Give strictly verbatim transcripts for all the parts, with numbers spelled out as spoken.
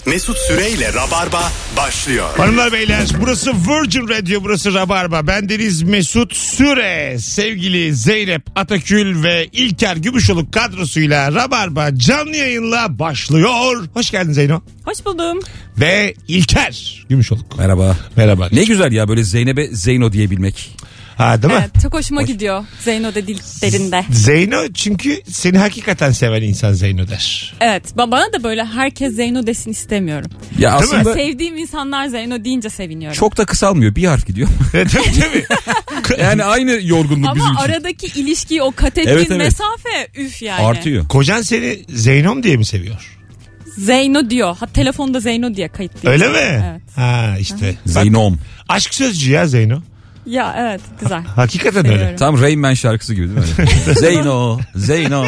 Mesut Süreyle Rabarba başlıyor. Hanımlar beyler, burası Virgin Radio, burası Rabarba. Bendeniz Mesut Süre, sevgili Zeynep Atakül ve İlker Gümüşoluk kadrosuyla Rabarba canlı yayınla başlıyor. Hoş geldin Zeyno. Hoş buldum. Ve İlker Gümüşoluk. Merhaba. Merhaba. Ne güzel ya böyle Zeynep'e Zeyno diyebilmek. Ha, değil mi? Evet, çok hoşuma Hoş. gidiyor Zeyno dediklerinde. Zeyno çünkü seni hakikaten seven insan Zeyno der. Evet, bana da böyle herkes Zeyno desin istemiyorum. Ya aslında sevdiğim insanlar Zeyno deyince seviniyorum. çok da kısalmıyor, bir harf gidiyor. Tabii tabii. Yani aynı yorgunluk bizim için. Ama aradaki ilişki, o kat ettiğin evet, evet. mesafe üf yani. Artıyor. Kocan seni Zeynom diye mi seviyor? Zeyno diyor. Ha, telefonda Zeyno diye kayıtlıyor. Öyle mi? Evet. Ha işte. Zeynom. Aşk sözcüğü ya Zeyno. Ya evet, güzel. Hakikaten Seviyorum. öyle. Tam Rain Man şarkısı gibi değil mi? Zeyno, Zeyno.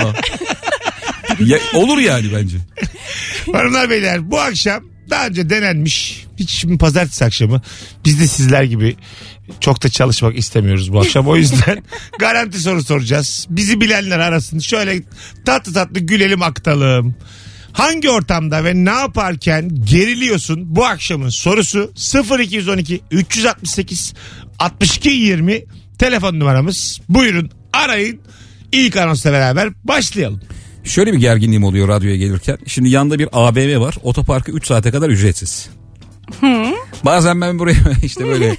Ya, olur yani bence. Hanımlar beyler, bu akşam daha önce denenmiş. Hiç şimdi pazartesi akşamı. Biz de sizler gibi çok da çalışmak istemiyoruz bu akşam. O yüzden garanti soru soracağız. Bizi bilenler arasın. Şöyle tatlı tatlı gülelim, aktalım. Hangi ortamda ve ne yaparken geriliyorsun? Bu akşamın sorusu sıfır iki on iki üç altı sekiz altmış iki yirmi telefon numaramız. Buyurun arayın. İlk anonsla beraber başlayalım. Şöyle bir gerginliğim oluyor radyoya gelirken. Şimdi yanında bir A V M var. Otoparkı üç saate kadar ücretsiz. Hı. Bazen ben buraya işte böyle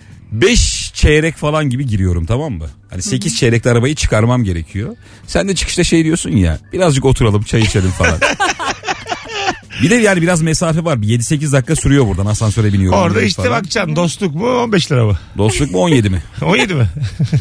beş çeyrek falan gibi giriyorum, tamam mı? Hani sekiz çeyrekli arabayı çıkarmam gerekiyor. Sen de çıkışta şey diyorsun ya, birazcık oturalım çay içelim falan. Bir de yani biraz mesafe var. yedi sekiz dakika sürüyor buradan, asansöre biniyorum. Orada işte falan. Bakacaksın, dostluk mu on beş lira mı? Dostluk mu on yedi mi? on yedi mi?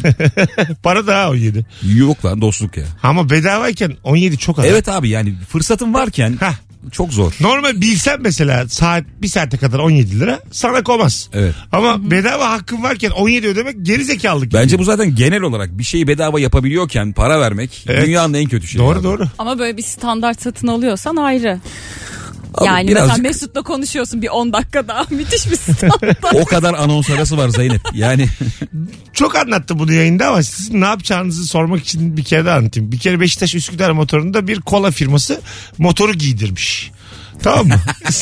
Para daha on yedi. Yok lan, dostluk ya. Ama bedavayken on yedi çok az. Evet abi, yani fırsatın varken Heh. çok zor. Normal bilsen mesela saat bir saate kadar on yedi lira sana komaz. Evet. Ama Hı-hı. bedava hakkın varken on yedi ödemek gerizekalılık. Bence gibi. bu zaten genel olarak bir şeyi bedava yapabiliyorken para vermek evet. dünyanın en kötü şeyi. Doğru abi. doğru. Ama böyle bir standart satın alıyorsan ayrı. Abi yani birazcık... mesela Mesut'la konuşuyorsun bir on dakika daha, müthiş bir standart. O kadar anons arası var Zeynep. Yani çok anlattım bunu yayında ama sizin ne yapacağınızı sormak için bir kere daha anlatayım. Bir kere Beşiktaş Üsküdar motorunda bir kola firması motoru giydirmiş. Tamam mı?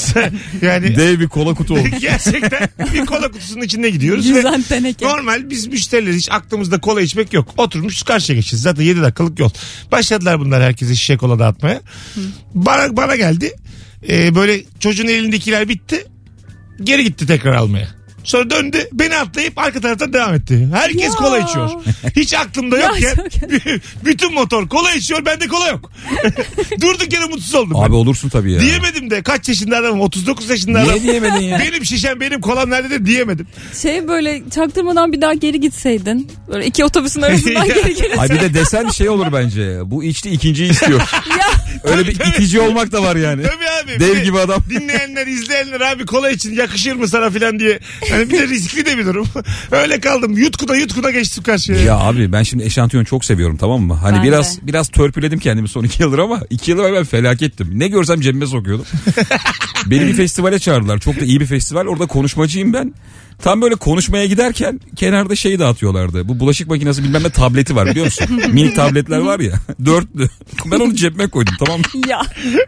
Yani dev bir kola kutu olmuş. Gerçekten bir kola kutusunun içinde gidiyoruz. Yüzen teneke. Normal biz müşteriler hiç aklımızda kola içmek yok. Oturmuş karşıya geçeceğiz. Zaten yedi dakikalık yol. Başladılar bunlar herkese şişe kola dağıtmaya. Bana, bana geldi. Ee, böyle çocuğun elindekiler bitti. Geri gitti tekrar almaya. Sonra döndü, beni atlayıp arka taraftan devam etti. Herkes ya. Kola içiyor. Hiç aklımda yokken bütün motor kola içiyor, bende kola yok. Durduk yere mutsuz oldum. Abi ben. Olursun tabii ya. Diyemedim de, kaç yaşında adamım, otuz dokuz yaşında adamım. Niye diyemedin ya? Benim şişem, benim kolam nerede de diyemedim. Şey, böyle çaktırmadan bir daha geri gitseydin. Böyle iki otobüsün arasından geri gelirsin. Ay bir de desen şey olur bence. Bu içti, ikinciyi istiyor. Ya. Öyle bir tabii, itici olmak da var yani. Tabii abi. Dev gibi adam. Dinleyenler, izleyenler abi kola için yakışır mı sana filan diye. Yani bir de riskli de bir durum. Öyle kaldım. Yutkuda yutkuda geçtim karşıya. Ya abi ben şimdi eşantiyon çok seviyorum, tamam mı? Hani ben biraz de. biraz törpüledim kendimi son iki yıldır ama iki yıldır ben felakettim. Ne görsem cebime sokuyordum. Beni bir festivale çağırdılar. Çok da iyi bir festival. Orada konuşmacıyım ben. Tam böyle konuşmaya giderken kenarda şeyi dağıtıyorlardı. Bu bulaşık makinesi bilmem ne tableti var, biliyor musun? Minik tabletler var ya. Dörtlü. Ben onu cebime koydum, tamam mı? Ya.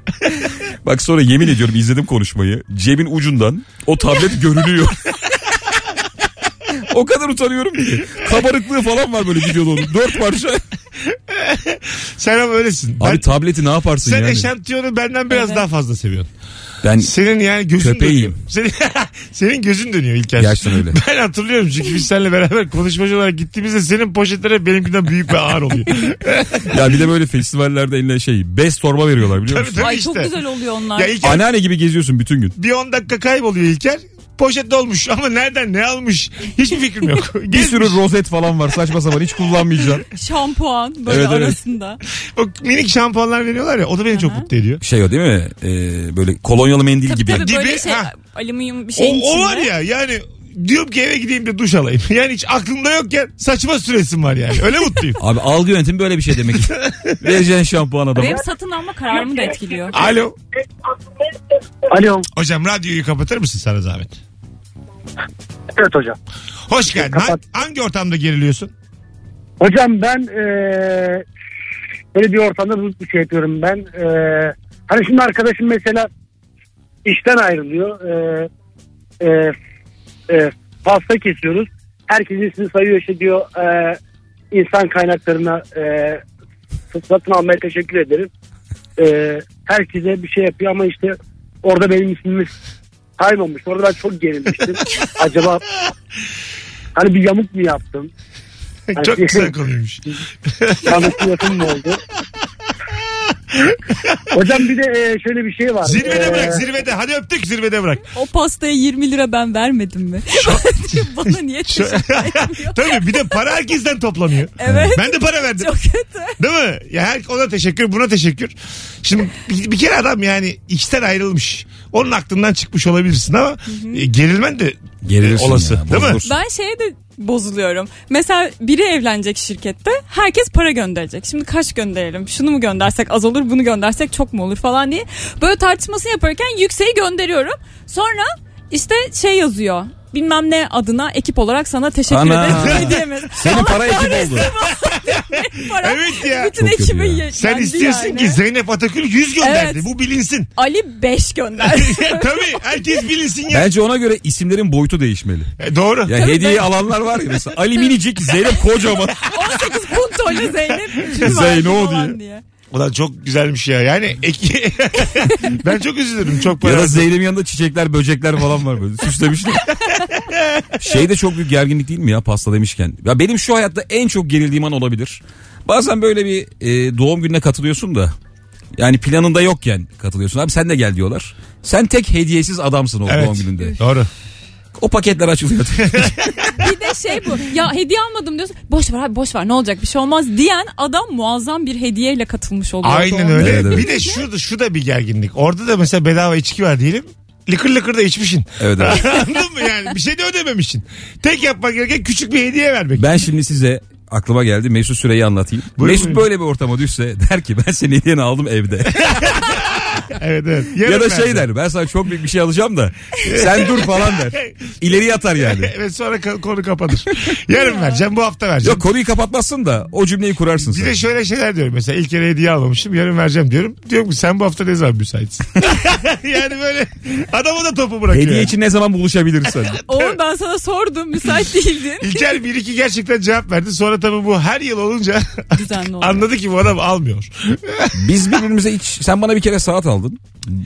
Bak sonra yemin ediyorum izledim konuşmayı. Cebin ucundan o tablet görünüyor. O kadar utanıyorum ki. Kabarıklığı falan var böyle videoda onun. Dört parça. Sen ama öylesin. Abi ben, tableti ne yaparsın sen yani? Sen eşantiyonu benden biraz evet. daha fazla seviyorsun. Ben senin yani gözün köpeğiyim. dönüyor. Senin, senin gözün dönüyor İlker. Gerçekten öyle. Ben hatırlıyorum çünkü biz seninle beraber konuşmacı olarak gittiğimizde senin poşetlere benimkinden büyük ve ağır oluyor. Ya bir de böyle festivallerde eline şey bez torba veriyorlar, biliyor musun? Tabii, tabii Ay işte. çok güzel oluyor onlar. Ya İlker, anneanne gibi geziyorsun bütün gün. Bir on dakika kayboluyor İlker. Poşet dolmuş ama nereden ne almış hiçbir fikrim yok. Bir sürü rozet falan var saçma sapan, hiç kullanmayacağım. Şampuan böyle evet, arasında. Evet. O minik şampuanlar veriyorlar ya, o da beni Aha. çok mutlu ediyor. Şey o değil mi? Ee, böyle kolonyalı mendil tabii, gibi. Tabii böyle gibi, şey ha. alüminyum bir şeyin o, içinde. O var ya yani, diyorum ki eve gideyim de duş alayım. Yani hiç aklımda yokken saçma süresim var yani. Öyle mutluyum. Abi algı yönetimi böyle bir şey demek. Vereceğin şampuan adamı. Benim satın alma kararımı da etkiliyor. Alo. Alo. Hocam radyoyu kapatır mısın sana zahmet? Evet hocam. Hoş geldin. Kapat. Hangi ortamda geriliyorsun? Hocam ben ee, böyle bir ortamda bir şey yapıyorum ben. Ee, hani şimdi arkadaşım mesela işten ayrılıyor. Ee, e, e, pasta kesiyoruz. Herkesin ismini sayıyor işte diyor. E, insan kaynaklarına e, satın almaya teşekkür ederim. E, herkese bir şey yapıyor ama işte orada benim ismimi saymamış. Orada ben çok gerilmiştim. Acaba hani bir yamuk mu yaptım? Hani Çok güzel konuymuş. Yamuk mu yapım mı oldu? Hocam bir de e, şöyle bir şey var. Zirvede ee, bırak zirvede. Hadi öptük, zirvede bırak. O pastaya yirmi lira ben vermedim mi? Bana niye teşekkür etmiyor? Tabii bir de para herkesten toplanıyor. Evet. Ben de para verdim. Çok kötü. Değil mi? Ya her, ona teşekkür, buna teşekkür. Şimdi bir, bir kere adam yani işten ayrılmış. Onun aklından çıkmış olabilirsin ama e, gerilmen de Gerilirsin olası. ya, değil mi? bozulursun. Ben şeye de bozuluyorum. Mesela biri evlenecek şirkette. Herkes para gönderecek. Şimdi kaç gönderelim? Şunu mu göndersek az olur, bunu göndersek çok mu olur falan diye. Böyle tartışmasını yaparken yükseği gönderiyorum. Sonra işte şey yazıyor. Bilmem ne adına ekip olarak sana teşekkür Ana. ederim. Ödeyemez. Senin para ekip oldu. Para Evet ya. bütün Çok kötü ekibi ya. ye- Sen yendi istiyorsun yani. ki Zeynep Atakül yüz gönderdi. Evet. Bu bilinsin. Ali beş gönder. Tabii herkes bilinsin ya. Bence ona göre isimlerin boyutu değişmeli. E, doğru. Ya hediye alanlar var ya mesela Ali minicik, Zeynep kocaman. on sekiz puntoyla Zeynep. Zeyno falan diye. Ulan çok güzelmiş ya. Yani ek... ben çok üzülürüm. Çok para. Ya da Zeynep'in yanında çiçekler, böcekler falan var böyle süslemişler. Şey de çok büyük gerginlik değil mi ya pasta demişken? Ya benim şu hayatta en çok gerildiğim an olabilir. Bazen böyle bir e, doğum gününe katılıyorsun da yani planında yokken katılıyorsun. Abi sen de gel diyorlar. Sen tek hediyesiz adamsın o Evet. doğum gününde. Doğru. O paketler açılıyor. Bir de şey bu. Ya hediye almadım diyorsun. Boş ver abi boş ver ne olacak bir şey olmaz diyen adam muazzam bir hediyeyle katılmış oluyor. Aynen doğum öyle. Evet, evet. Bir de şu, şu da bir gerginlik. Orada da mesela bedava içki var diyelim. Lıkır lıkır da içmişsin. Evet, evet. Anladın mı yani? Bir şey de ödememişsin. Tek yapmak gereken küçük bir hediye vermek. Ben şimdi size aklıma geldi Mesut Süreyi anlatayım. Buyurun, Mesut buyurun. böyle bir ortama düşse der ki ben senin hediyeni aldım evde. Evet evet. Yarın Ya da vereceğim. şey der ben sana çok büyük bir şey alacağım da sen dur falan der. İleri atar yani. Evet sonra ka- konu kapanır. Yarın vereceğim, bu hafta vereceğim. Yok konuyu kapatmazsın da o cümleyi kurarsın Bir sen. de şöyle şeyler diyorum mesela ilk kere hediye almamışım yarın vereceğim diyorum. Diyorum ki sen bu hafta ne zaman müsaitsin? Yani böyle adamı da topu bırakıyor. Hediye için ne zaman buluşabiliriz sen? Oğlum ben sana sordum müsait değildin. İlker bir iki gerçekten cevap verdi. Sonra tabii bu her yıl olunca Düzenli olarak. anladı ki bu adam almıyor. Biz birbirimize hiç sen bana bir kere saat aldın.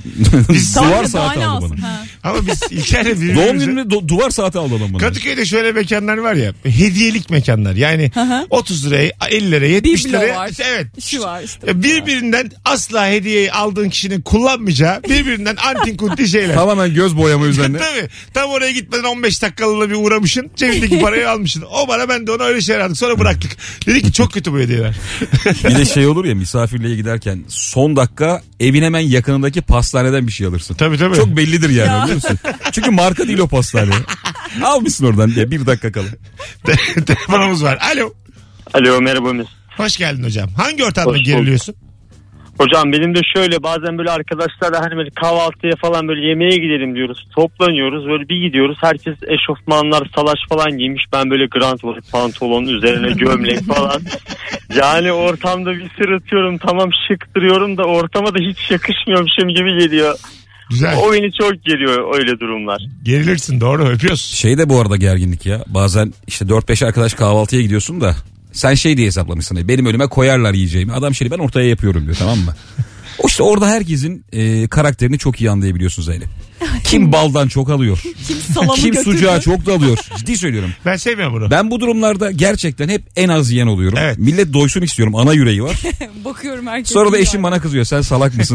Tamam duvar ya, saati daha ne aldı alsın, bana. ha. Ama biz İlker'le Doğum birbirimize... gününe do- duvar saati aldı adam bana. Kadıköy'de şöyle mekanlar var ya hediyelik mekanlar yani hı. otuz liraya elli liraya yetmiş Biblo liraya var. evet. Şu var işte. Birbirinden asla hediyeyi aldığın kişinin kullanmayacağı birbirinden antin kunti şeyler. Tamamen göz boyama üzerine. Tabii. Tam oraya gitmeden on beş dakikalığına bir uğramışsın. Cebindeki parayı almışsın. O bana ben de ona öyle şeyler aldık. Sonra bıraktık. Dedik ki çok kötü bu hediyeler. Bir de şey olur ya misafirliğe giderken son dakika evin hemen yakınındaki pastaneden bir şey alırsın. Tabii tabii. Çok bellidir yani Ya. biliyor musun? Çünkü marka değil o pastane. Almışsın oradan diye bir dakika kala. Telefonumuz var. Alo. Alo merhaba Mesut. Hoş geldin hocam. Hangi ortamda Hoş bulduk. geriliyorsun? Hocam benim de şöyle bazen böyle arkadaşlarla hani böyle kahvaltıya falan böyle yemeğe gidelim diyoruz. Toplanıyoruz böyle bir gidiyoruz. Herkes eşofmanlar salaş falan giymiş. Ben böyle grant var pantolon üzerine gömlek falan. Yani ortamda bir sırıtıyorum tamam şık duruyorum da ortama da hiç yakışmıyormuşum gibi geliyor. Güzel. O beni çok geriyor öyle durumlar. Gerilirsin doğru öpüyoruz. Şey de bu arada gerginlik ya. Bazen işte dört beş arkadaş kahvaltıya gidiyorsun da sen şey diye hesaplamışsın. Benim önüme koyarlar yiyeceğimi. Adam şey ben ortaya yapıyorum diyor tamam mı? O işte orada herkesin e, karakterini çok iyi anlayabiliyorsun Zeynep. Kim baldan çok alıyor. Kim salamı Kim götürdü. sucuğa çok da alıyor. Ciddi söylüyorum. Ben sevmiyorum bunu. Ben bu durumlarda gerçekten hep en az yiyen oluyorum. Evet. Millet doysun istiyorum. Ana yüreği var. Bakıyorum herkes. Sonra da yiyor. eşim bana kızıyor. Sen salak mısın?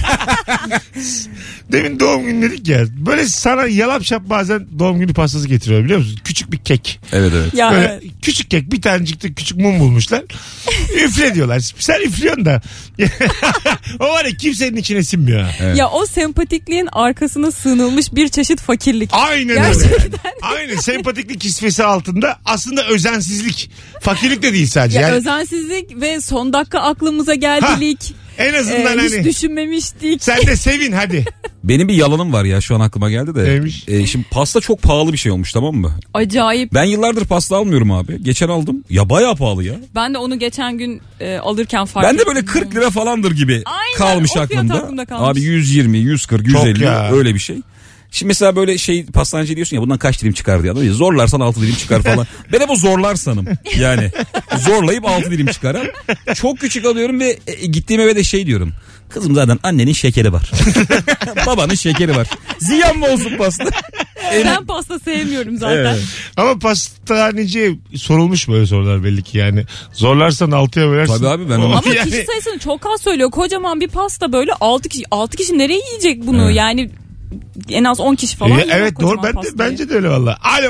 Demin doğum günü dedik ya. Böyle sana yalap şap bazen doğum günü pastası getiriyor biliyor musun? Küçük bir kek. Evet evet. Ya Böyle evet. küçük kek bir tanecik de küçük mum bulmuşlar. Üfle diyorlar. Sen üflüyorsun da. O var ya kimsenin içine sinmiyor. ha. Evet. Ya o sempatikliğin arkasına sığınılmış bir çeşit fakirlik. Aynen öyle. Gerçekten. Aynen sempatiklik kisvesi altında aslında özensizlik. Fakirlik de değil sadece. Ya Yani özensizlik ve son dakika aklımıza geldilik. En azından Ee, hiç hani düşünmemiştik. sen de sevin hadi. Benim bir yalanım var ya, şu an aklıma geldi de. Neymiş? E, şimdi pasta çok pahalı bir şey olmuş, tamam mı? Acayip. Ben yıllardır pasta almıyorum abi. Geçen aldım. Ya bayağı pahalı ya. Ben de onu geçen gün e, alırken fark Ben ettim. de böyle kırk lira falandır gibi Aynen, kalmış o fiyat aklımda. aklımda kalmış. Abi yüz yirmi, yüz kırk, yüz Çok elli ya. öyle bir şey. Şimdi mesela böyle şey pastaneci diyorsun ya, bundan kaç dilim çıkar diye. Adam diyor, zorlarsan altı dilim çıkar falan. Ben hep o zorlarsanım. Yani zorlayıp altı dilim çıkarım. Çok küçük alıyorum ve e, gittiğim eve de şey diyorum. Kızım zaten annenin şekeri var. Babanın şekeri var. Ziyan mı olsun pasta? Ben pasta sevmiyorum zaten. Evet. Ama pastaneciye sorulmuş böyle sorular belli ki yani. Zorlarsan altıya bölersin. Tabii abi, ben onu- Ama Yani- kişi sayısını çok az söylüyor. Kocaman bir pasta böyle altı kişi altı kişi nereye yiyecek bunu? Evet. Yani en az on kişi falan. Ya, yiyor evet doğru, kocaman ben de, pastayı. bence de öyle valla. Alo.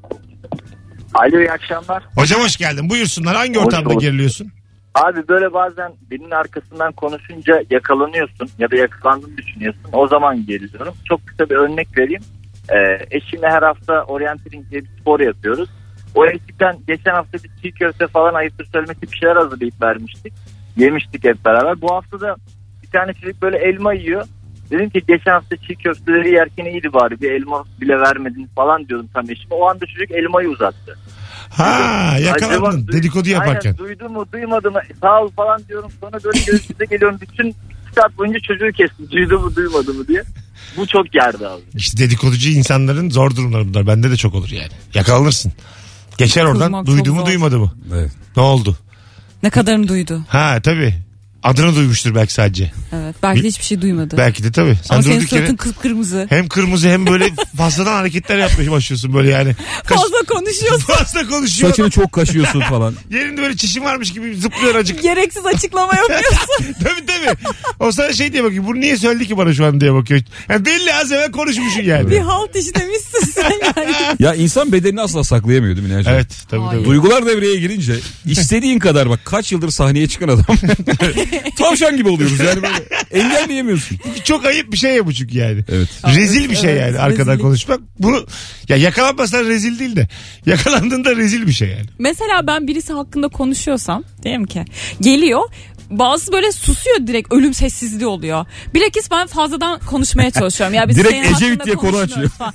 Alo, iyi akşamlar. Hocam hoş geldin. Buyursunlar. Hangi Hoş ortamda bulduk. geriliyorsun? Abi böyle bazen birinin arkasından konuşunca yakalanıyorsun ya da yakalandığını düşünüyorsun. O zaman geriliyorum. Çok kısa bir örnek vereyim. Ee, eşimle her hafta orienteering diye bir spor yapıyoruz. O ekipten geçen hafta bir çiğ köfte falan, ayıptır söylemesi, bir şeyler hazırlayıp vermiştik. Yemiştik hep beraber. Bu hafta da bir tane çocuk böyle elma yiyor. Dedim ki geçen hafta çiğ köfteleri yerken iyiydi bari, bir elma bile vermedin falan diyordum tam eşime. O anda çocuk elmayı uzattı. Ha yakalandın. Acaba- Dedikodu yaparken. Aynen, duydu mu duymadı mı sağ ol falan diyorum. Sonra böyle gözümüze geliyorum. Bütün iki saat boyunca çocuğu kestim. Duydu mu duymadı mı diye. Bu çok gerdi abi. İşte dedikoducu insanların zor durumları bunlar. Bende de çok olur yani. Yakalanırsın. Geçer oradan. Kızmak Duydu çok mu zor. duymadı mı? Evet. Ne oldu? Ne kadarını duydu? Ha tabii. Adını duymuştur belki sadece. Evet. Belki de hiçbir şey duymadı. Belki de tabii. Sen Ama senin durduk yere suratın kıpkırmızı. hem kırmızı hem böyle fazladan hareketler yapmaya başlıyorsun böyle yani. Kaş- Fazla konuşuyorsun. Fazla konuşuyor. Saçını çok kaşıyorsun falan. Yerinde böyle çişin varmış gibi zıplıyor acık. Gereksiz açıklama yapıyorsun. Tabii tabii. O sana şey diye bakıyor. Bunu niye söyledi ki bana şu an diye bakıyor. Yani belli az evvel konuşmuşsun yani. Bir halt işlemişsin sen yani. Ya insan bedenini asla saklayamıyor değil mi Nihal'cığım? Evet tabii Hayır. tabii. Duygular devreye girince istediğin kadar, bak kaç yıldır sahneye çıkan adam tavşan gibi oluyoruz yani, böyle engelleyemiyorsun. Çok ayıp bir şey ya bu çünkü yani. Evet. Rezil bir şey Evet, yani arkadan rezillik. konuşmak. Bunu ya yakalanmasan rezil değil de yakalandığında rezil bir şey yani. Mesela ben birisi hakkında konuşuyorsam diyelim ki geliyor, bazı böyle susuyor, direkt ölüm sessizliği oluyor. Bilakis ben fazladan konuşmaya çalışıyorum. Ya biz Direkt senin Ecevit hakkında diye konu konuşmuyoruz falan.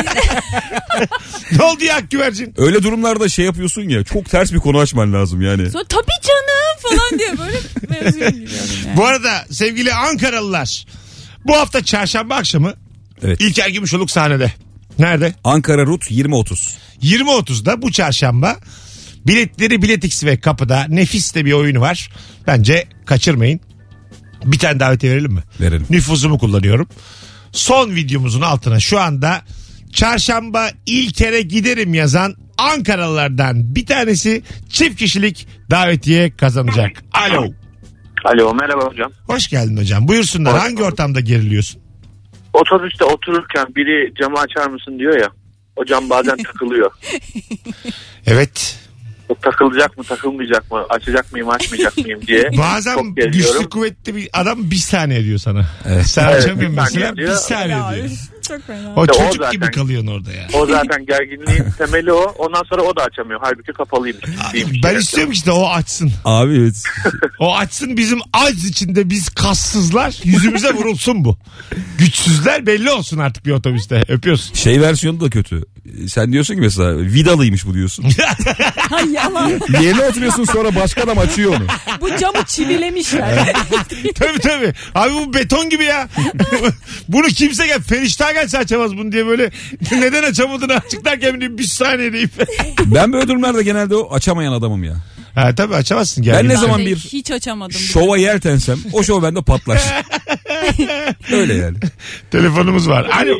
Ne oldu ya güvercin? Öyle durumlarda şey yapıyorsun ya, çok ters bir konu açman lazım yani. Sonra tabii canım falan diye böyle mevzuya giriyorum yani. Bu arada sevgili Ankaralılar, bu hafta çarşamba akşamı Evet. İlker Gümüşoluk sahnede. Nerede? Ankara Rut yirmi otuz. yirmi otuzda bu çarşamba. Biletleri Biletix ve kapıda, nefis de bir oyunu var. Bence kaçırmayın. Bir tane davetiye verelim mi? Verelim. Nüfuzumu kullanıyorum. Son videomuzun altına şu anda çarşamba İlker'e giderim yazan Ankaralılardan bir tanesi çift kişilik davetiye kazanacak. Alo. Alo, merhaba hocam. Hoş geldin hocam. Buyursunlar. Hoş Hangi bulduk. ortamda geriliyorsun? Otobüste otururken biri camı açar mısın diyor ya. O cam bazen takılıyor. Evet. O takılacak mı takılmayacak mı, açacak mıyım açmayacak mıyım diye. Bazen çok geriliyorum. güçlü kuvvetli bir adam bir saniye diyor sana. Evet. Sen Evet, açamıyorsun bir saniye mesela bir diyor. saniye Ya, diyor. çok fena. O İşte o çocuk gibi zaten- kalıyorsun orada ya. O zaten gerginliğin temeli o. Ondan sonra o da açamıyor. Halbuki kapalıymış. Değilmiş. Ben istiyorum ki işte o açsın. Abi evet. O açsın, bizim aciz içinde biz kassızlar yüzümüze vurulsun bu. Güçsüzler belli olsun artık bir otobüste. Öpüyorsun. Şey versiyonu da kötü. Sen diyorsun ki mesela vidalıymış bu diyorsun. Ha, yalan. Yerine oturuyorsun, sonra başka adam açıyor onu. Bu camı çivilemişler. Tabii tabii. Abi bu beton gibi ya. Bunu kimse gel. Feriştah gelse açamaz bunu diye böyle neden açamadığını açıklarken bir, bir saniye deyip. Ben böyle durumlarda genelde o açamayan adamım ya. Ha tabii açamazsın. Ben ne gerçekten. zaman Ben de bir hiç açamadım. şova yeltensem o şov bende patlar. Öyle yani. Telefonumuz var. Alo.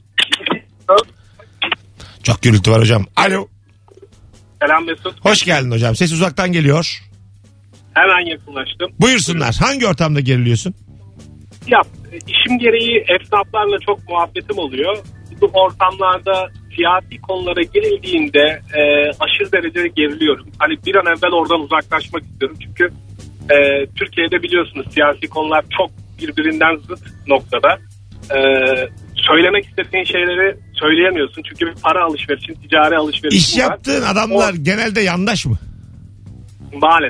Çok gürültü var hocam. Alo. Selam Mesut. Hoş geldin hocam. Ses uzaktan geliyor. Hemen yakınlaştım. Buyursunlar. Hangi ortamda geriliyorsun? Ya işim gereği esnaflarla çok muhabbetim oluyor. Bu ortamlarda siyasi konulara girildiğinde e, aşırı derecede geriliyorum. Hani bir an evvel oradan uzaklaşmak istiyorum. Çünkü e, Türkiye'de biliyorsunuz siyasi konular çok birbirinden zıt noktada. E, söylemek istediğin şeyleri söyleyemiyorsun. Çünkü bir para alışverişin, ticari alışverişin İş var. yaptığın adamlar O- genelde yandaş mı? Maalesef.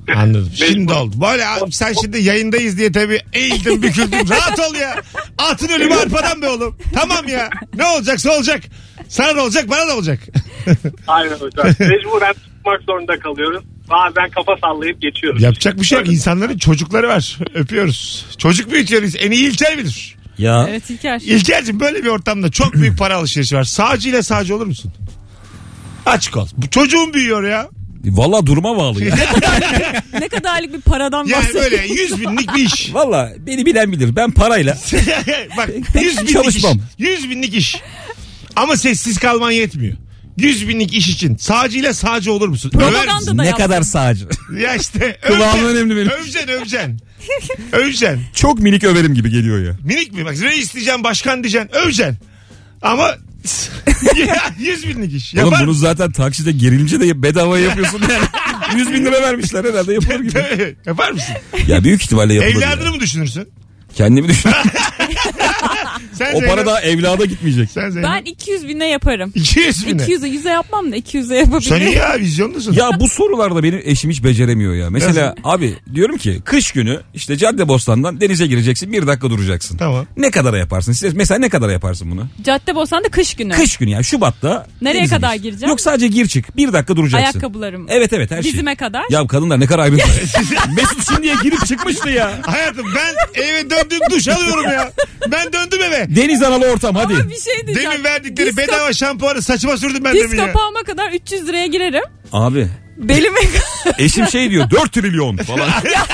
Anladım. Şimdi oldu. Böyle sen şimdi yayındayız diye tabii eğildin büküldün. Rahat ol ya. Atın ölümü arpadan be oğlum. Tamam ya. Ne olacaksa olacak. Sana ne olacak, bana ne olacak? Aynen hocam. Mecburen tutmak zorunda kalıyoruz. Bazen kafa sallayıp geçiyoruz. Yapacak bir şey yok. İnsanların çocukları var. Öpüyoruz. Çocuk büyütüyoruz. En iyi İlker bilir. Ya. Evet İlker. İlker'cim böyle bir ortamda çok büyük para alışverişi var. Sağcı ile sağcı olur musun? Açık ol. Bu çocuğun büyüyor ya. Valla duruma bağlı ya. Ne kadarlık bir paradan Yani bahsediyorsun? böyle yüz binlik bir iş. Valla beni bilen bilir. Ben parayla Bak yüz binlik çalışmam. iş. Yüz binlik iş. Ama sessiz kalman yetmiyor. Yüz binlik iş için sağcıyla sağcı olur musun? Propaganda da ne yaptın. kadar sağcı. Ya işte. Kıvamı önemli benim. Öveceksin öveceksin. Öveceksin. Çok minik överim gibi geliyor ya. Minik mi? Bak reis diyeceksin, başkan diyeceksin. Öveceksin. Ama yüz binlik iş. Oğlum Yapar bunu mısın? zaten takside gerilince de bedava yapıyorsun yani. yüz bin lira vermişler herhalde yapılır gibi. Yapar mısın? Ya büyük ihtimalle yapılır. Evladını ya. mı düşünürsün? Kendimi düşün. Sen O Zeynep- para daha evlada gitmeyecek. Sen Zeynep. Ben iki yüz bine yaparım. iki yüz bine. iki yüze yüze yapmam da iki yüze yapabilirim. Sen iyi ya, vizyonlusun. Ya bu sorularda benim eşim hiç beceremiyor ya. Mesela abi diyorum ki kış günü işte Caddebostan'dan denize gireceksin, bir dakika duracaksın. Tamam. Ne kadara yaparsın? Siz mesela ne kadara yaparsın bunu? Caddebostan'da kış günü. Kış günü yani Şubat'ta. Nereye denize kadar gir. gireceğim? Yok sadece gir çık. Bir dakika duracaksın. Ayakkabılarım. Evet evet her şey. Dizime kadar. Ya kadınlar ne kadar ayrıntı. Mesut şimdiye girip çıkmıştı ya. Hayatım ben eve döndüm, duş alıyorum ya. Ben döndüm eve. Deniz analı ortam hadi. Ama bir şey diyeceğim. Demin verdikleri Diz bedava kap- şampuanı saçıma sürdüm ben Diz demin ya. kapağıma kadar üç yüz liraya girerim. Abi Belime eşim şey diyor dört trilyon falan.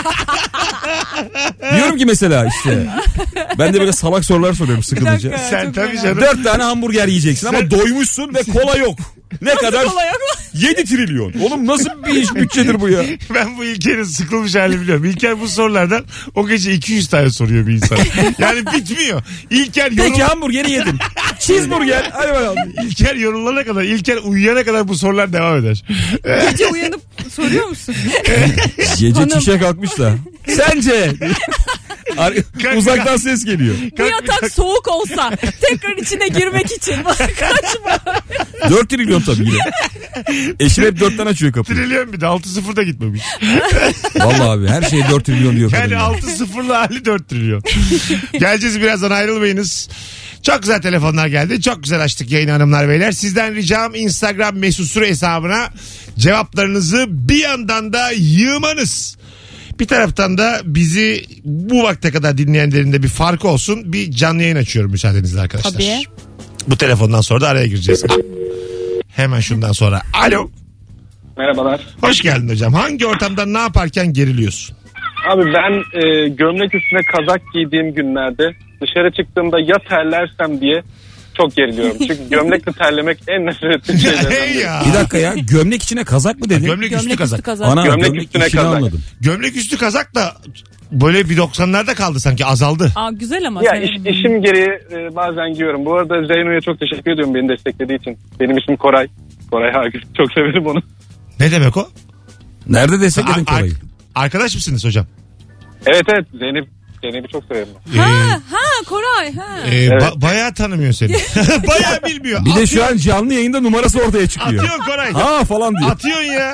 Diyorum ki mesela işte ben de böyle salak sorular soruyorum sıkılınca. Bir dakika. Sen Çok tabii fena. canım. Dört tane hamburger yiyeceksin ama doymuşsun ve kola yok. Ne kadar? kolay yok. yedi trilyon. Oğlum nasıl bir iş bütçedir bu ya? Ben bu İlker'in sıkılmış halini biliyorum. İlker bu sorulardan o gece iki yüz tane soruyor bir insan. Yani bitmiyor. İlker yorum... Peki hamburgeri yedim. Cheeseburger. Hadi bakalım. İlker yorulana kadar, İlker uyuyana kadar bu sorular devam eder. Gece uyanıp soruyor musun? Gece Hanım. çişe kalkmış da. Sence? Ar- Uzaktan ses geliyor. Bu yatak soğuk olsa tekrar içine girmek için. Kaçma. dört trilyon tabii yine. Eşim hep dörtten açıyor kapıyı. Trilyon bir de altı sıfırda gitmemiş. Vallahi abi her şey dört trilyon diyor kadın. Yani ya. altı sıfırlı hali dört trilyon. Geleceğiz birazdan, ayrılmayınız. Çok güzel telefonlar geldi. Çok güzel açtık yayını hanımlar beyler. Sizden ricam Instagram mesut süre hesabına cevaplarınızı bir yandan da yığmanız. Bir taraftan da bizi bu vakte kadar dinleyenlerin de bir farkı olsun. Bir canlı yayın açıyorum müsaadenizle arkadaşlar. Tabii. Bu telefondan sonra da araya gireceğiz. Hemen şundan sonra. Alo. Merhabalar. Hoş geldin hocam. Hangi ortamda ne yaparken geriliyorsun? Abi ben e, gömlek üstüne kazak giydiğim günlerde dışarı çıktığımda ya terlersem diye çok geriliyorum. Çünkü gömlekle terlemek en nefret ettiğim şeylerden Hey biri. ya. Bir dakika ya gömlek içine kazak mı dedin? Gömlek üstü Gömlek kazak. üstü kazak. Ana Gömlek gömlek, üstüne işini kazak. anladım. Gömlek üstü kazak da böyle bir doksanlarda kaldı sanki, azaldı. Aa, güzel ama. Ya senin. iş, işim gereği e, bazen giyiyorum. Bu arada Zeyno'ya çok teşekkür ediyorum beni desteklediği için. Benim ismim Koray. Koray Hagül. Çok severim onu. Ne demek o? Nerede destekledin Ar- ar- Koray'ı? arkadaş mısınız hocam? Evet evet Zeynep. Zeynep'i çok severim. Ha ha Koray ha. Ee, Evet. ba- bayağı tanımıyor seni. Bayağı bilmiyor. Bir de şu an canlı yayında numarası ortaya çıkıyor. Atıyorsun Koray. Ha falan diyor. Atıyorsun ya.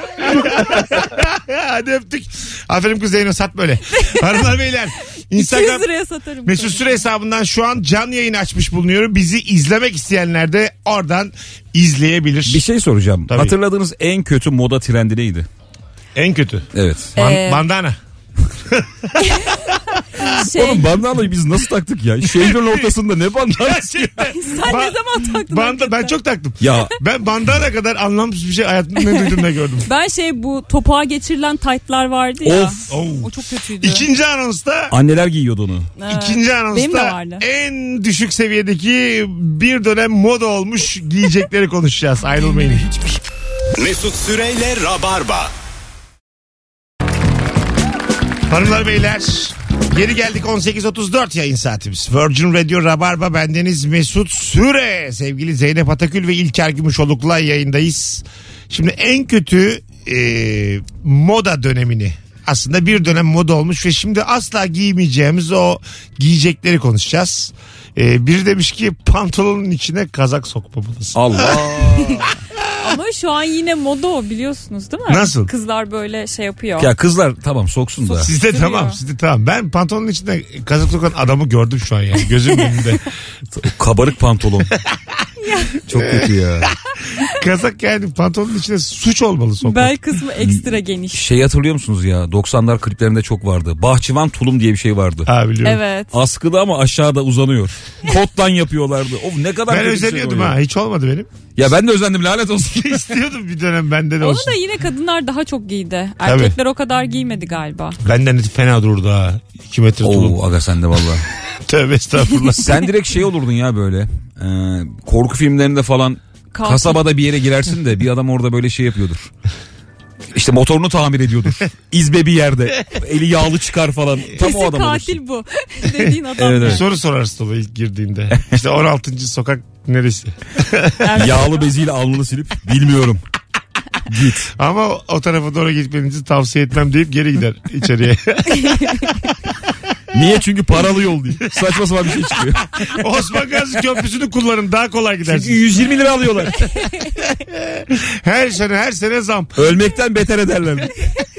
Hadi öptük. Aferin kız Zeyno, sat böyle. Hanımlar beyler. iki yüz Instagram liraya satarım. Mesut Süre hesabından şu an canlı yayın açmış bulunuyorum. Bizi izlemek isteyenler de oradan izleyebilir. Bir şey soracağım. Tabii. Hatırladığınız en kötü moda trendi neydi? En kötü. Evet. Ban- Ee, bandana. Şey, Oğlum bandanayı biz nasıl taktık ya? Şehrin ortasında ne bandanası? sen Ba- ne zaman taktın? Banda, ben çok taktım. Ya Ben bandana kadar anlamsız bir şey hayatımda ne duydum ne gördüm. Ben şey bu topuğa geçirilen taytlar vardı ya. Of. Oh. O çok kötüydü. İkinci anonsta anneler giyiyordu onu. Evet. İkinci Benim de anonsta vardı. en düşük seviyedeki bir dönem moda olmuş giyecekleri konuşacağız. Ayrılmayın. Mesut Süreyle Rabarba. Hanımlar beyler, geri geldik. On sekiz otuz dört yayın saatimiz. Virgin Radio Rabarba, bendeniz Mesut Süre. Sevgili Zeynep Atakül ve İlker Gümüşoluk'la yayındayız. Şimdi en kötü e, moda dönemini, aslında bir dönem moda olmuş ve şimdi asla giymeyeceğimiz o giyecekleri konuşacağız. E, biri demiş ki pantolonun içine kazak sokmamalısın. Allah. Ama şu an yine moda o, biliyorsunuz değil mi? Nasıl? Kızlar böyle şey yapıyor. Ya kızlar tamam soksun da. Sizde Duruyor. tamam, sizde tamam. Ben pantolonun içinde kazak sokan adamı gördüm şu an yani. Gözümün önünde. Kabarık pantolon. Çok kötü ya. Kazak yani pantolonun içinde suç olmalı sokmak. Bel kısmı ekstra geniş. Şey hatırlıyor musunuz ya? doksanlar kliplerinde çok vardı. Bahçıvan tulum diye bir şey vardı. Ha biliyorum. Evet. Askıda ama aşağıda uzanıyor. Kottan yapıyorlardı. Of ne kadar Ben kötü bir şey özeniyordum o ya. ha. Hiç olmadı benim. Ya ben de özendim, lanet olsun. İstiyordum bir dönem bende de Onu olsun. da yine kadınlar daha çok giydi. Erkekler o kadar giymedi galiba. Benden fena dururdu ha. iki metre tulum. Oo aga sen de valla. Tövbe estağfurullah. Sen direkt şey olurdun ya böyle. E, korku filmlerinde falan Katil. kasabada bir yere girersin de bir adam orada böyle şey yapıyordur. İşte motorunu tamir ediyordur. İzbe bir yerde. Eli yağlı çıkar falan. Tam Kesin o adam katil olursun. bu. Dediğin adam. Evet, Bir evet. soru sorarsın ona ilk girdiğinde. İşte on altıncı sokak neresi? Yağlı beziyle alnını silip bilmiyorum. Git. Ama o, o tarafa doğru gitmenizi tavsiye etmem deyip geri gider içeriye. Niye? Çünkü paralı yol değil. Saçma sapan bir şey çıkıyor. Osman Gazi Köprüsü'nü kullanın, daha kolay Çünkü gidersiniz. yüz yirmi lira alıyorlar. Her sene her sene zam. Ölmekten beter ederler.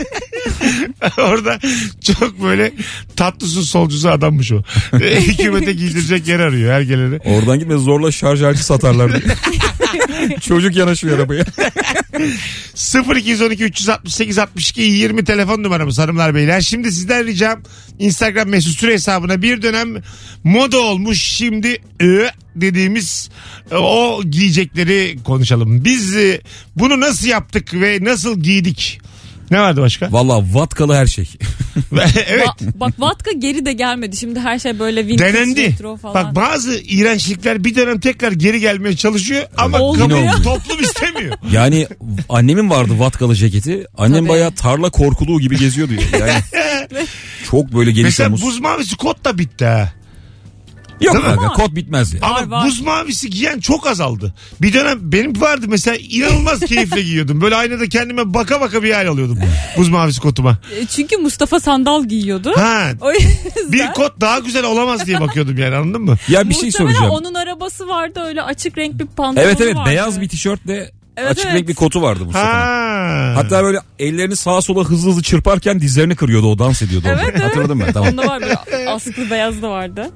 Orada çok böyle tatlısı solcusu adammış o. Hükümete giydirecek yer arıyor her gelene. Oradan gitme, zorla şarj aleti satarlar diye. Çocuk yanaşıyor arabaya. sıfır iki on iki üç altı sekiz altmış iki yirmi telefon numaramız hanımlar beyler. Şimdi sizden ricam Instagram mesut süre hesabına bir dönem moda olmuş şimdi ı dediğimiz o giyecekleri konuşalım. Biz e, bunu nasıl yaptık ve nasıl giydik? Ne vardı başka? Valla vatkalı her şey. Evet. Va- bak vatka geri de gelmedi. Şimdi her şey böyle vintage, Denendi. retro falan. Bak bazı iğrençlikler bir dönem tekrar geri gelmeye çalışıyor ama Olmuyor. kabul, Yine toplum istemiyor. Yani annemin vardı vatkalı ceketi. Annem Tabii. bayağı tarla korkuluğu gibi geziyordu. Yani çok böyle geniş Mesela omuz. buz mavisi kot da bitti ha. Yok Değil mi? kanka, kot bitmez ya. Ama Var, var. buz mavisi giyen çok azaldı. Bir dönem benim vardı mesela, inanılmaz keyifle giyiyordum. Böyle aynada kendime baka baka bir hal alıyordum. Buz mavisi kotuma. E, Çünkü Mustafa Sandal giyiyordu. Ha, O yüzden. bir kot daha güzel olamaz diye bakıyordum yani, anladın mı? Ya bir şey Muhtemelen soracağım. onun arabası vardı, öyle açık renk bir pantolonu Evet evet, vardı. beyaz bir tişörtle Evet, açık evet. renk bir kotu vardı Mustafa'nın. Ha. Hatta böyle ellerini sağa sola hızlı hızlı çırparken dizlerini kırıyordu, o dans ediyordu Evet, orada. evet. Hatırladım ben, tamam. Onda var böyle askılı beyaz da vardı.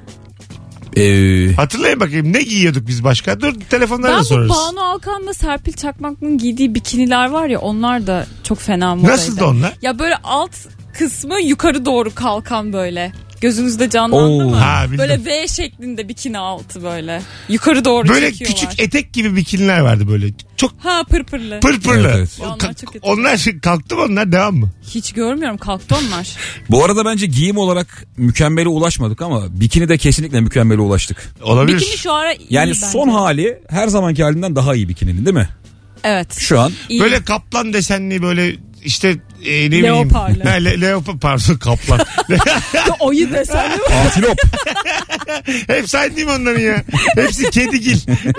Ee, Hatırlayın bakayım ne giyiyorduk biz başka? Dur telefonlara Ben da bu sorarız. Banu Alkan'la Serpil Çakmak'ın giydiği bikiniler var ya, onlar da çok fena modaydı. Nasıldı onlar? Ya böyle alt kısmı yukarı doğru kalkan böyle. Gözünüzde canlandı Oo. mı? Ha, bildim. Böyle V şeklinde bikini altı böyle. Yukarı doğru Böyle çekiyorlar. küçük etek gibi bikiniler vardı böyle. Çok Ha pırpırlı. pırpırlı. Evet, evet. Ya onlar Ka- çok kötü. onlar kalktı mı, onlar devam mı? Hiç görmüyorum, kalktı onlar. bu arada bence giyim olarak mükemmele ulaşmadık ama bikini de kesinlikle mükemmele ulaştık. Olabilir. Bikini şu ara iyi Yani bence. son hali her zamanki halinden daha iyi bikininin, değil mi? Evet. Şu an İyi. Böyle kaplan desenli böyle işte e, ne Leoparlı. bileyim. Ha, le, leopar pardon kaplan. Oyu desen. antilop. Hep saydım onların ya. Hepsi kedigil.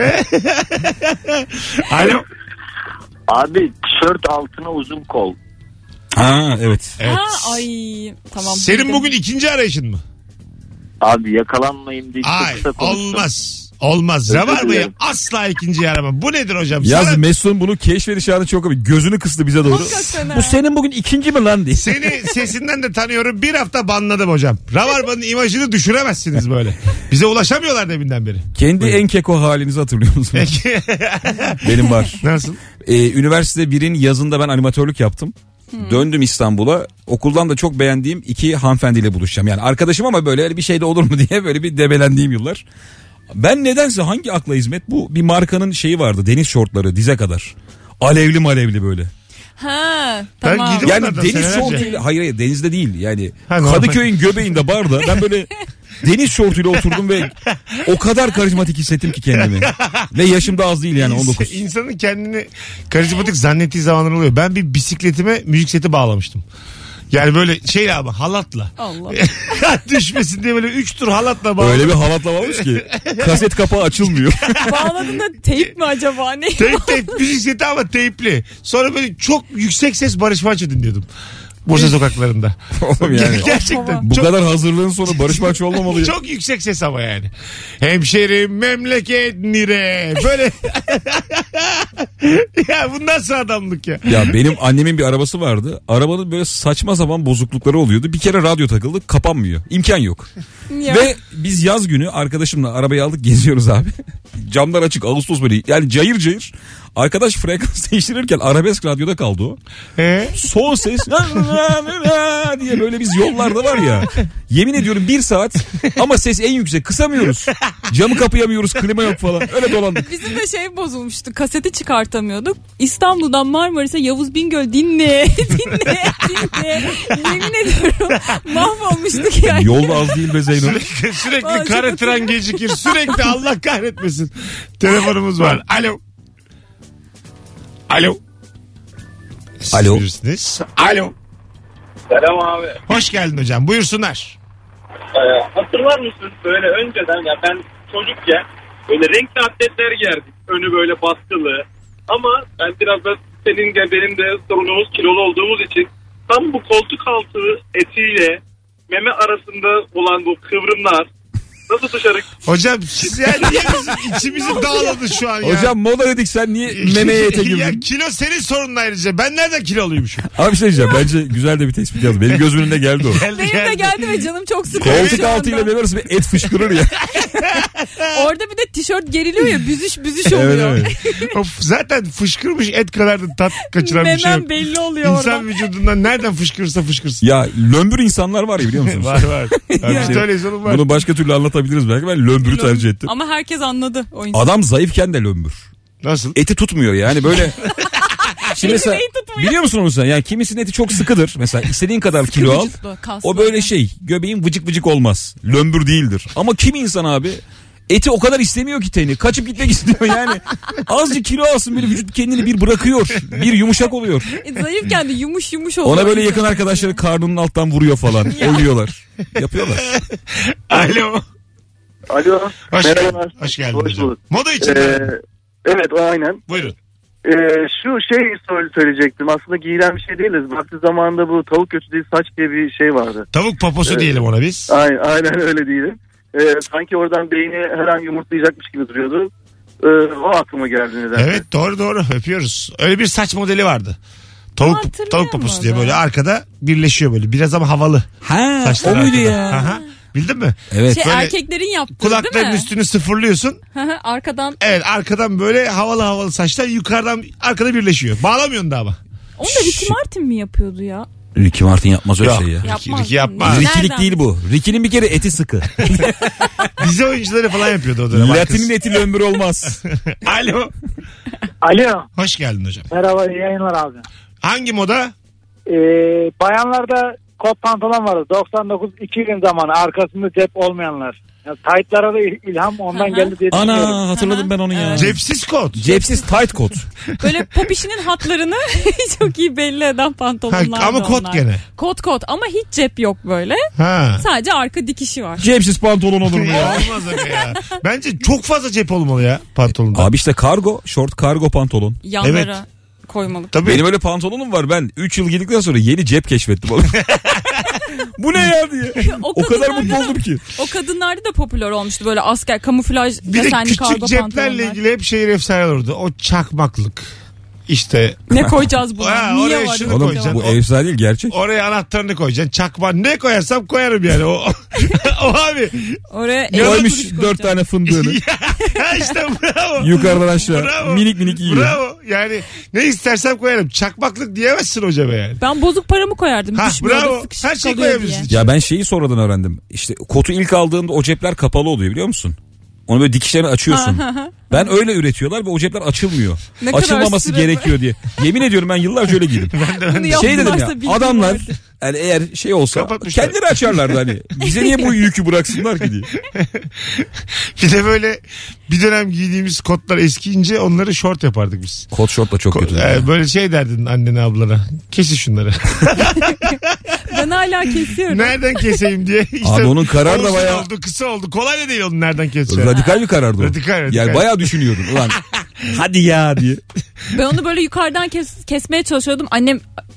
Alo. Abi tişört altına uzun kol. Ha evet. Evet. Ha, ay tamam. Senin bildim. bugün ikinci arayışın mı? Abi yakalanmayayım diye Ay kısa konuştum. olmaz. Olmaz. Özür Rabar mı? dilerim. Asla ikinci arama. Bu nedir hocam? Yaz Sana- Mesut'un bunu keşfediş anı çok komik. Gözünü kıstı bize doğru. Hakikaten ha. Bu senin bugün ikinci mi lan diye. Seni sesinden de tanıyorum. Bir hafta banladım hocam. Rabarba'nın imajını düşüremezsiniz böyle. Bize ulaşamıyorlar deminden beri. Kendi en keko halinizi hatırlıyor musunuz? Benim var. Nasıl? Ee, üniversite birin yazında ben animatörlük yaptım. Döndüm İstanbul'a. Okuldan da çok beğendiğim iki hanımefendiyle buluşacağım. Yani arkadaşım ama böyle bir şey de olur mu diye böyle bir debelendiğim yıllar. Ben nedense hangi akla hizmet, bu bir markanın şeyi vardı, deniz şortları dize kadar. Alevli malevli böyle. Ha Ben tamam. giydim. Yani onlardan deniz senelerce. şortuyla, hayır hayır denizde değil yani Ha, normal. Kadıköy'ün göbeğinde barda ben böyle deniz şortuyla oturdum ve o kadar karizmatik hissettim ki kendimi. Ve yaşım da az değil yani on dokuz. İnsanın kendini karizmatik zannettiği zamanlar oluyor. Ben bir bisikletime müzik seti bağlamıştım. Yani böyle şey ama halatla. Allah. Düşmesin diye böyle üç tur halatla bağladım. Öyle bir halatla varmış ki kaset kapağı açılmıyor. Bağladığında teyp mi acaba ne? Teyp teyp müzik seti ama teypli. Sonra böyle çok yüksek ses Barış Manço dinliyordum. Bursa sokaklarında. Oğlum yani. Gerçekten. Bu çok, kadar hazırlığın sonu Barış Manço olmamalı ya. çok yüksek ses ama yani. Hemşerim memleket nire. Böyle. Ya bu nasıl adamlık ya? Ya benim annemin bir arabası vardı. Arabanın böyle saçma sapan bozuklukları oluyordu. Bir kere radyo takıldı, kapanmıyor. İmkan yok. Ya. Ve biz yaz günü arkadaşımla arabayı aldık, geziyoruz abi. Camlar açık, Ağustos böyle yani cayır cayır. Arkadaş frekans değiştirirken arabesk radyoda kaldı o. Ee? Son ses diye böyle biz yollarda var ya. Yemin ediyorum bir saat ama ses en yüksek, kısamıyoruz. Camı kapayamıyoruz, klima yok falan. Öyle dolandık. Bizim de şey bozulmuştu. Kaseti çıkartamıyorduk. İstanbul'dan Marmaris'e Yavuz Bingöl dinle. dinle. Dinle. Yemin ediyorum mahvolmuştuk yani. Yolda az değil be Zeyno. Sürekli, sürekli Aa, kara çok tren gecikir. Sürekli Allah kahretmesin. Telefonumuz var. Alo. Alo. Siz Alo. bilirsiniz. Alo. Selam abi. Hoş geldin hocam. Buyursunlar. Ee, hatırlar mısın böyle önceden ya ben çocukken böyle renkli atletler giyerdik. Önü böyle baskılı. Ama ben biraz da senin de benim de sorunumuz kilolu olduğumuz için tam bu koltuk altı etiyle meme arasında olan bu kıvrımlar nasıl dışarı... Hocam siz yani niye bizim içimizi dağladı şu an ya? Hocam moda dedik, sen niye memeye ete Ya girdin? kilo senin sorunun ayrıca. Ben nereden kiloluymuşum? Abi bir şey diyeceğim, bence güzel de bir tespit yazdı. Benim gözümün önüne geldi o. Geldi, Benim de geldi ve canım çok sıkıldı. Koltuk şu anda. altıyla meme arası bir et fışkırır ya. Orada bir de tişört geriliyor ya, büzüş büzüş Evet, oluyor. evet. Of, zaten fışkırmış et kadar da tat kaçıran bir şey Memem yok. belli oluyor İnsan orada. vücudundan nereden fışkırırsa fışkırsın. Ya lömbür insanlar var ya, biliyor musunuz? Var var. Abi işte öyleyiz oğlum, var. Bunu başka türlü anlatabiliriz belki. Ben lömbürü tercih ettim. Ama herkes anladı o insan. Adam zayıfken de lömbür. Nasıl? Eti tutmuyor yani böyle. Şimdi mesela neyi tutmuyor? biliyor musun onu sen? Yani kimisinin eti çok sıkıdır. Mesela istediğin kadar kilo al. Vücutlu, kaslı. O böyle şey, göbeğin vıcık vıcık olmaz. Lömbür değildir. Ama kimi insan abi eti o kadar istemiyor ki teni. Kaçıp gitmek istiyor yani. Azıcık kilo alsın, böyle vücut kendini bir bırakıyor. Bir yumuşak oluyor. E, zayıfken de yumuş yumuş oluyor. Ona böyle yakın arkadaşları karnının alttan vuruyor falan. Oynuyorlar. Yapıyorlar. Alo. Alo. Hoş, Merhabalar. hoş geldin Hoş hocam. bulduk. Moda için. Ee, evet aynen. Buyurun. Ee, şu şey söyleyecektim. Aslında giyilen bir şey değiliz. Vakti zamanında bu tavuk götü değil saç diye bir şey vardı. Tavuk poposu Ee, diyelim ona biz. Aynen, aynen öyle diyelim. Ee, sanki oradan beyni her an yumurtlayacakmış gibi duruyordu. Ee, o aklıma geldi nedense. Evet doğru doğru öpüyoruz. Öyle bir saç modeli vardı. Tavuk Hatırlayamadım. tavuk poposu diye böyle arkada birleşiyor böyle. Biraz ama havalı. Ha, Saçları o muydu arkada. ya? Aha. Bildin mi? Evet. Şey, Böyle erkeklerin yaptığı değil Kulakların mi? üstünü sıfırlıyorsun. Arkadan. Evet arkadan böyle havalı havalı saçlar yukarıdan arkada birleşiyor. Bağlamıyorsun da ama. Onu da Ricky Martin mi yapıyordu ya? Ricky Martin yapmaz öyle Yok. şey ya. Yapmaz. Ricky yapmaz. Nereden? Ricky'lik değil bu. Ricky'nin bir kere eti sıkı. Dizi oyuncuları falan yapıyordu o dönem. Latinin eti lömbür olmaz. Alo. Alo. Hoş geldin hocam. Merhaba, iyi yayınlar abi. Hangi moda? Ee, bayanlarda kot pantolon vardı. doksan dokuz iki yıl zamanı, arkasında cep olmayanlar. Yani taytlara da il- ilham ondan Aha. geldi diye düşünüyorum. Ana, hatırladım ben onu ya. Cepsiz kot. Cepsiz tight kot. Böyle popişinin hatlarını çok iyi belli eden pantolonlar. Ha, ama kot gene. Kot kot ama hiç cep yok böyle. Ha. Sadece arka dikişi var. Cepsiz pantolon olur mu ya? Olmaz öyle ya. Bence çok fazla cep olmalı ya pantolonda. Abi işte kargo, short kargo pantolon. Yanlara Evet. koymalı. Tabii. Benim öyle pantolonum var, ben üç yıl girdikten sonra yeni cep keşfettim oğlum. Bu ne ya diye. O, O kadar kadınlarda mutlu da- oldum ki. O kadınlarda da popüler olmuştu böyle asker kamuflaj Bir de desenli kargo küçük ceplerle pantolonlar. ilgili hep şehir efsane olurdu. O çakmaklık. İşte Ne koyacağız buna? Ha, Niye oraya var? şunu Yok, Oğlum koyacaksın. bu efsane değil, gerçek. oraya anahtarını koyacaksın. Çakma ne koyarsam koyarım yani. O, o abi. Oraya Koymuş kuruş dört koyacağız. tane fındığını. Ha işte bravo. Yukarıdan aşağı. Bravo. Minik minik yiyor. Bravo. Yani ne istersem koyarım. Çakmaklık diyemezsin hocama yani. Ben bozuk paramı koyardım. Ha, Düşmüyor da bravo. sıkışıp Her şeyi kalıyor koyabilirsin. diye. Ya ben şeyi sonradan öğrendim. İşte kotu ilk aldığımda o cepler kapalı oluyor, biliyor musun? Onu böyle dikişlerini açıyorsun. Ben öyle üretiyorlar ve o cepler açılmıyor. Ne kadar Açılmaması süre- gerekiyor diye. Yemin ediyorum ben yıllarca öyle giydim. Bunu Şey dedim yaptılarsa ya, bilgi adamlar vardı. yani eğer şey olsa Kapatmışlar. kendileri açarlardı hani. Bize niye bu yükü bıraksınlar ki diye. Bir de böyle bir dönem giydiğimiz kotlar eskiyince onları şort yapardık biz. Kot şort da çok kötü. Ee, böyle şey derdin annene ablana. Kesin şunları. Ben hala kesiyorum. Nereden keseyim diye. İşte Abi onun karar da uzun bayağı- oldu, kısa oldu. Kolay da değil onun nereden keseceğim. Radikal bir karardı o. Radikal, radikal. Yani bayağı düşünüyordum. Ulan hadi ya diye. Ben onu böyle yukarıdan kes, kesmeye çalışıyordum. Annem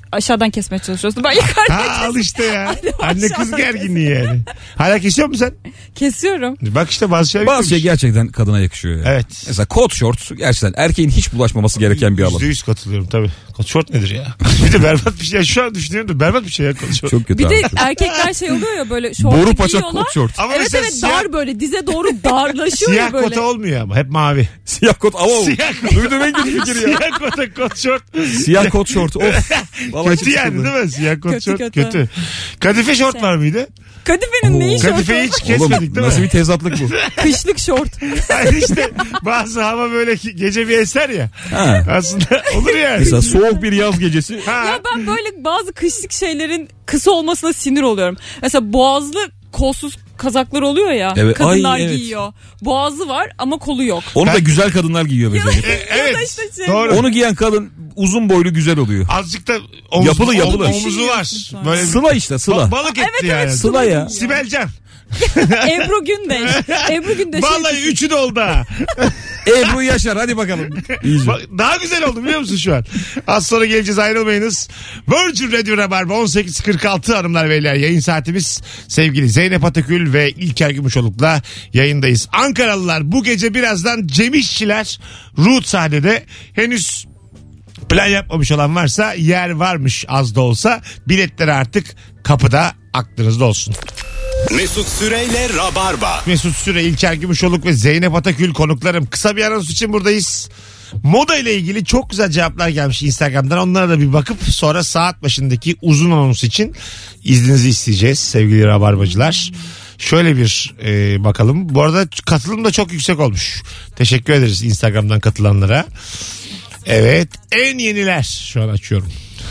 aşağıdan kesmeye çalışıyorsun. Ben yukarıdan Ha al işte ya. Hadi Anne kız aşağıdan gerginliği yani. Hala kesiyor musun sen? kesiyorum. Bak işte bazı şeyler Bazı şey bitmiş. gerçekten kadına yakışıyor ya. Evet. Mesela kot şort gerçekten erkeğin hiç bulaşmaması gereken bir alan. yüzde yüz katılıyorum tabii. Kot şort nedir ya? Bir de berbat bir şey. Şu an düşünüyorum da berbat bir şey ya kot şort. Çok kötü Bir abi. de erkekler şey oluyor ya böyle şort Boru paça giyiyorlar. kot şort. Ama Evet mesela evet siyah, dar böyle dize doğru darlaşıyor siyah ya böyle. kota olmuyor ama hep mavi. Siyah kot. Avo. Siyah kot. Duydum en kötü fikir ya. Siyah kota kot şort. Siyah kot şort. Of. Vallahi Kötü yani sıkıldım. değil mi? Siyah kot Kötü, şort kötü. kötü. Kadife şort Şey. var mıydı? Kadifenin neyi şortu? Kadifeyi hiç Oğlum kesmedik değil nasıl mi? bir tezatlık bu? Kışlık şort. Hayır işte bazı hava böyle ki- gece bir eser ya. Ha. Aslında olur yani. Mesela soğuk bir yaz gecesi. Ha. Ya ben böyle bazı kışlık şeylerin kısa olmasına sinir oluyorum. Mesela boğazlı kolsuz kazaklar oluyor ya. Evet, Kadınlar ay, evet. giyiyor. Boğazı var ama kolu yok. Onu da Ben- güzel kadınlar giyiyor mesela. E, evet. işte şey- Doğru. Onu giyen kadın uzun boylu güzel oluyor. Azıcık da omuz, Yapılı, yapılı. om- omuzu var. Sonra. Böyle bir- Sıla işte sıla. Ba- balık etti Evet, yani. evet, Sıla ya. Sibelcan. Ebru Gündeş. Ebru Gündeş. Vallahi üçü de oldu ha. Ebru Yaşar hadi bakalım. İyice. Bak, daha güzel oldu biliyor musun şu an? Az sonra geleceğiz, ayrılmayınız. Virgin Radio Rabarba on sekiz kırk altı hanımlar beyler, yayın saatimiz. Sevgili Zeynep Atakül ve İlker Gümüşoluk'la yayındayız. Ankaralılar bu gece birazdan Cem İşçiler Root sahnede. Henüz plan yapmamış olan varsa yer varmış az da olsa. Biletleri artık kapıda, aklınızda olsun. Mesut Süreyle Rabarba. Mesut Süre, İlker Gümüşoluk ve Zeynep Atakül konuklarım. Kısa bir anons için buradayız. Moda ile ilgili çok güzel cevaplar gelmiş Instagram'dan. Onlara da bir bakıp sonra saat başındaki uzun anons için izninizi isteyeceğiz sevgili Rabarbacılar. Şöyle bir e, bakalım. Bu arada katılım da çok yüksek olmuş. Teşekkür ederiz Instagram'dan katılanlara. Evet, en yeniler şu an açıyorum.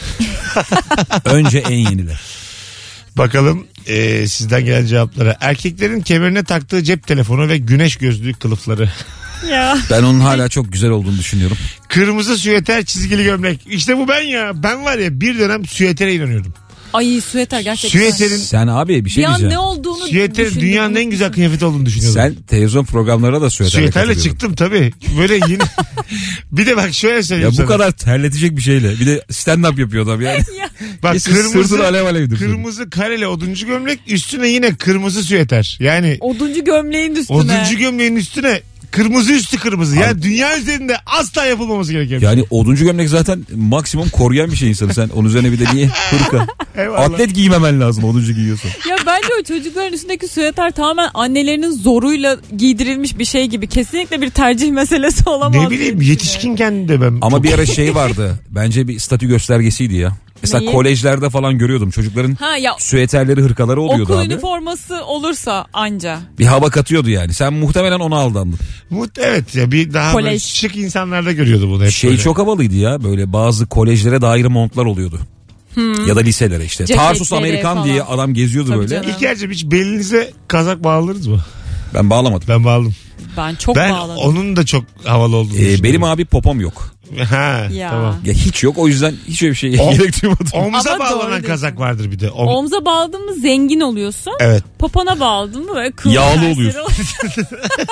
Önce en yeniler. Bakalım e, sizden gelen cevaplara. Erkeklerin kemerine taktığı cep telefonu ve güneş gözlüğü kılıfları. Ya. Ben onun hala çok güzel olduğunu düşünüyorum. Kırmızı süeter, çizgili gömlek. İşte bu ben ya. Ben var ya, bir dönem süetere inanıyordum. Ay süeter gerçekten. Süeterin, Sen abi bir şey Bir an diyeceğim. ne olduğunu süeterin düşündüm. dünyanın en güzel kıyafeti olduğunu düşünüyordum. Sen televizyon programlarına da süveterle Süeterle katılıyordun. çıktım tabii. Böyle yeni. Bir de bak şöyle Ya söyleyeyim bu sana. kadar terletecek bir şeyle. Bir de stand up yapıyor adam yani. Bak Kesin kırmızı, sırtını alev alevdir. kırmızı kareli oduncu gömlek, üstüne yine kırmızı süeter. Yani Oduncu gömleğin üstüne. oduncu gömleğin üstüne kırmızı üstü kırmızı. Yani dünya üzerinde asla yapılmaması gereken bir şey. Yani oduncu gömlek zaten maksimum koruyan bir şey insanı. Sen onun üzerine bir de niye hırka? Eyvallah. Atlet giymemen lazım oduncu giyiyorsan. Ya bence o çocukların üstündeki süveter tamamen annelerinin zoruyla giydirilmiş bir şey gibi. Kesinlikle bir tercih meselesi olamaz. Ne diye bileyim, düşünüyorum. yetişkinken de ben. Ama çok- bir ara şey vardı. Bence bir statü göstergesiydi ya. Mesela Neyi? kolejlerde falan görüyordum çocukların Ha ya süeterleri hırkaları oluyordu okul abi. üniforması olursa anca. Bir hava katıyordu yani. Sen muhtemelen ona aldandın. Mut- Evet ya, bir daha böyle Kolej. şık insanlarda görüyordu bunu hep Şey böyle. çok havalıydı ya. Böyle bazı kolejlere dair montlar oluyordu. Ya da liselere işte. Ceketleri Tarsus Amerikan falan. diye adam geziyordu Tabii böyle. canım. İlker'cim hiç belinize kazak bağladınız mı? Ben bağlamadım. Ben bağladım. Ben çok Ben bağladım. onun da çok havalı olduğunu Ee, düşünüyorum. benim abi popom yok. Ha, Ya. tamam. Ya hiç yok, o yüzden hiç öyle bir şey O- gerek duymadım. Omuza Ama doğru bağlanan diyorsun. kazak vardır bir de. Om- Omza bağladın mı zengin oluyorsun. evet. Popona bağladın mı böyle kıl Yağlı tersleri oluyorsun. oluyor.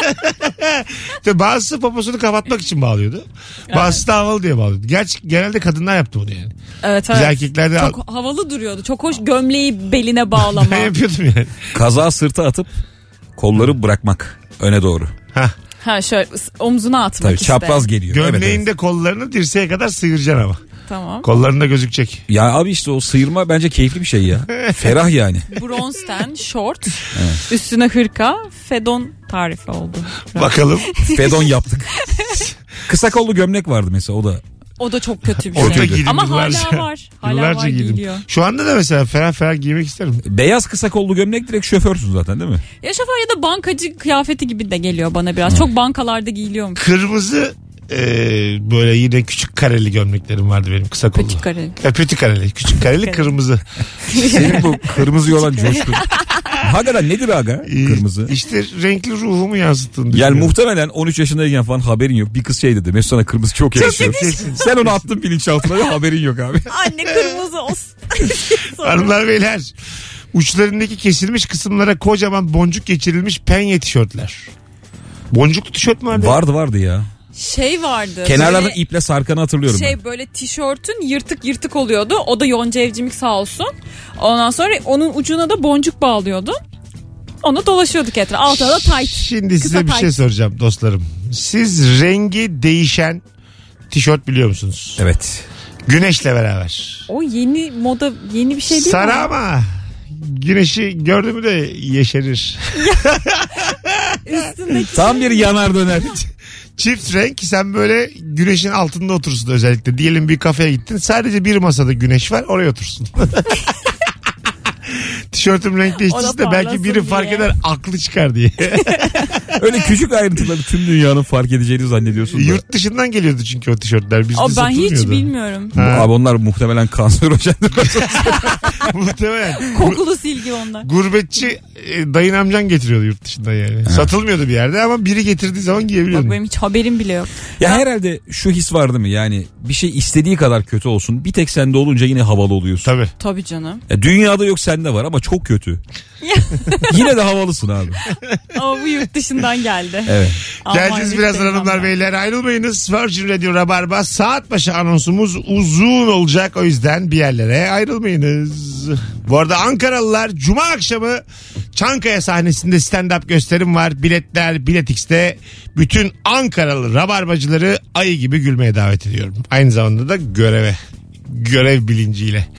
İşte bazısı poposunu kapatmak için bağlıyordu. Bazısı da havalı diye bağlıyordu. Gerçi genelde kadınlar yaptı bunu yani. Evet Biz evet. erkeklerde Çok havalı duruyordu. Çok hoş gömleği beline bağlama. ben yapıyordum yani. Kazağı sırta atıp kolları bırakmak öne doğru. Hah. Ha şöyle ıs- omzuna atmak Tabii işte. çapraz geliyor. Evet, Gömleğin evet. de kollarını dirseğe kadar sıyıracaksın ama. Tamam. Kollarında gözükecek. Ya abi işte o sıyırma bence keyifli bir şey ya. Ferah yani. Bronze ten, short, üstüne hırka, fedon tarifi oldu. Bakalım. Fedon yaptık. Kısa kollu gömlek vardı mesela, o da. O da çok kötü bir Orta şey. giydim Ama yıllarca. hala var. Hala Yıllarca var giydim. giyiliyor. Şu anda da mesela ferah ferah giymek isterim. Beyaz kısa kollu gömlek direkt şoförsün zaten değil mi? Ya şoför ya da bankacı kıyafeti gibi de geliyor bana biraz. Çok bankalarda giyiliyormuş. Kırmızı e, böyle yine küçük kareli gömleklerim vardı benim, kısa kollu. Petit kareli. E, petit kareli. Küçük kareli kırmızı. Senin bu kırmızı olan coşkun. Hakikaten nedir aga Ee, kırmızı? İşte renkli ruhumu yansıttığını Yani düşünüyorum. muhtemelen on üç yaşındayken falan haberin yok. Bir kız şey dedi. Mesut sana kırmızı çok yakışıyor. Sen onu attın bilinçaltına ve haberin yok abi. Anne kırmızı olsun. Sonra- Hanımlar beyler, uçlarındaki kesilmiş kısımlara kocaman boncuk geçirilmiş penye tişörtler. Boncuklu tişört mü vardı? Vardı vardı ya. Şey vardı. Kenarlardan böyle- iple sarkanı hatırlıyorum Şey ben. böyle tişörtün yırtık yırtık oluyordu. O da Yonca Evcimik sağ olsun. Ondan sonra onun ucuna da boncuk bağlıyordun. Onu dolaşıyorduk etrafı. Altına da tight. Şimdi Kısa size bir tight. şey soracağım dostlarım. Siz rengi değişen tişört biliyor musunuz? Evet. Güneşle beraber. O yeni moda, yeni bir şey değil Sarı mi? ama güneşi gördü mü de yeşerir. Üstündeki Tam bir yanar döner. Çift renk, sen böyle güneşin altında oturursun özellikle. Diyelim bir kafeye gittin, sadece bir masada güneş var, oraya otursun. Tişörtüm renk değiştirse de belki biri parlasın fark diye. eder, aklı çıkar diye. Öyle küçük ayrıntıları tüm dünyanın fark edeceğini zannediyorsun da. Yurt dışından geliyordu çünkü o tişörtler. Bizde Aa, ben satılmıyordu. hiç bilmiyorum. Bu- Abi onlar muhtemelen kanserojendir. Muhtemelen. Kokulu silgi onlar. Gurbetçi e, dayın amcan getiriyordu yurt dışından yani. Satılmıyordu bir yerde ama biri getirdiği zaman Bak giyebiliyordun. benim hiç haberim bile yok. Ya herhalde şu his var değil mi? Yani bir şey istediği kadar kötü olsun. Bir tek sende olunca yine havalı oluyorsun. Tabii. Tabii canım. Ya dünyada yok, sende var ama çok kötü. Yine de havalısın abi. Ama bu yurt dışından geldi. Evet. Almanya Geleceğiz birazdan denilen hanımlar ben. beyler, ayrılmayınız. Virgin Radio Rabarba saat başı anonsumuz uzun olacak, o yüzden bir yerlere ayrılmayınız. Bu arada Ankaralılar Cuma akşamı Çankaya sahnesinde stand-up gösterim var. Biletler Bilet X'te. Bütün Ankaralı Rabarbacıları ayı gibi gülmeye davet ediyorum. Aynı zamanda da göreve. Görev bilinciyle.